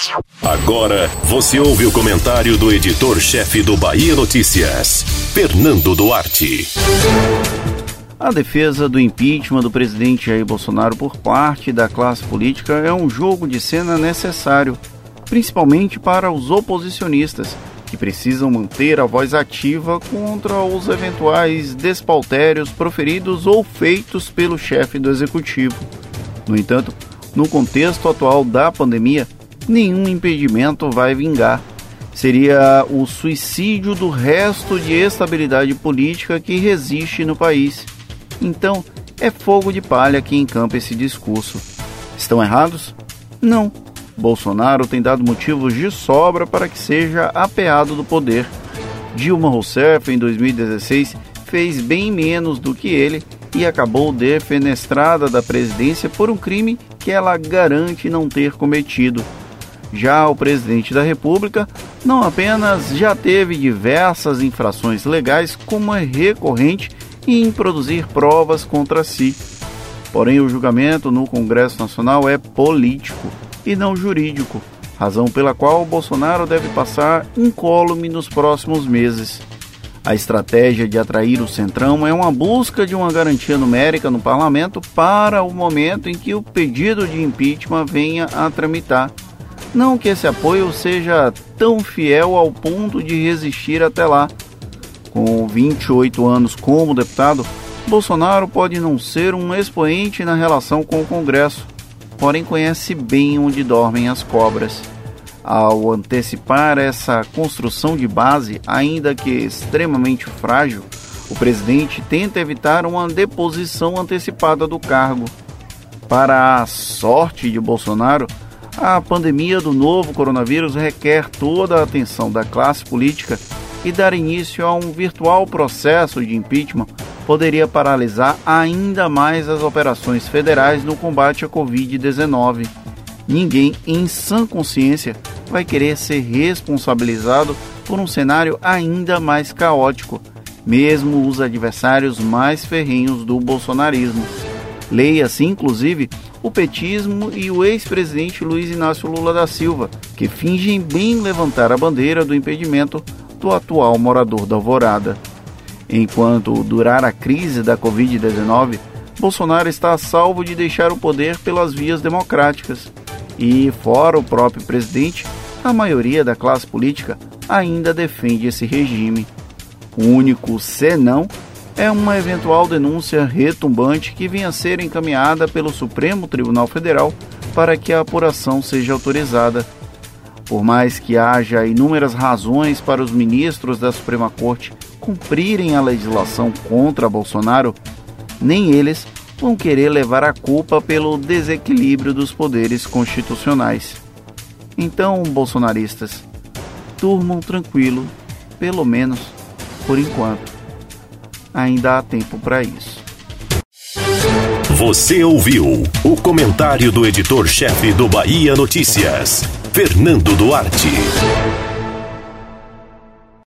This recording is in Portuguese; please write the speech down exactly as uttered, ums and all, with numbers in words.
Agora você ouve o comentário do editor-chefe do Bahia Notícias, Fernando Duarte. A defesa do impeachment do presidente Jair Bolsonaro por parte da classe política é um jogo de cena necessário, principalmente para os oposicionistas, que precisam manter a voz ativa contra os eventuais despautérios proferidos ou feitos pelo chefe do executivo. No entanto, no contexto atual da pandemia, nenhum impedimento vai vingar. Seria o suicídio do resto de estabilidade política que resiste no país. Então, é fogo de palha que encampa esse discurso. Estão errados? Não. Bolsonaro tem dado motivos de sobra para que seja apeado do poder. Dilma Rousseff, em dois mil e dezesseis, fez bem menos do que ele e acabou defenestrada da presidência por um crime que ela garante não ter cometido. Já o presidente da República não apenas já teve diversas infrações legais, como é recorrente em produzir provas contra si. Porém, o julgamento no Congresso Nacional é político e não jurídico, razão pela qual Bolsonaro deve passar incólume nos próximos meses. A estratégia de atrair o Centrão é uma busca de uma garantia numérica no parlamento para o momento em que o pedido de impeachment venha a tramitar. Não que esse apoio seja tão fiel ao ponto de resistir até lá. Com vinte e oito anos como deputado, Bolsonaro pode não ser um expoente na relação com o Congresso, porém conhece bem onde dormem as cobras. Ao antecipar essa construção de base, ainda que extremamente frágil, o presidente tenta evitar uma deposição antecipada do cargo. Para a sorte de Bolsonaro, a pandemia do novo coronavírus requer toda a atenção da classe política e dar início a um virtual processo de impeachment poderia paralisar ainda mais as operações federais no combate à covid dezenove. Ninguém em sã consciência vai querer ser responsabilizado por um cenário ainda mais caótico, mesmo os adversários mais ferrenhos do bolsonarismo. Leia-se, inclusive, o petismo e o ex-presidente Luiz Inácio Lula da Silva, que fingem bem levantar a bandeira do impedimento do atual morador da Alvorada. Enquanto durar a crise da covid dezenove, Bolsonaro está a salvo de deixar o poder pelas vias democráticas. E, fora o próprio presidente, a maioria da classe política ainda defende esse regime. O único senão é uma eventual denúncia retumbante que venha a ser encaminhada pelo Supremo Tribunal Federal para que a apuração seja autorizada. Por mais que haja inúmeras razões para os ministros da Suprema Corte cumprirem a legislação contra Bolsonaro, nem eles vão querer levar a culpa pelo desequilíbrio dos poderes constitucionais. Então, bolsonaristas, durmam tranquilo, pelo menos por enquanto. Ainda há tempo para isso. Você ouviu o comentário do editor-chefe do Bahia Notícias, Fernando Duarte.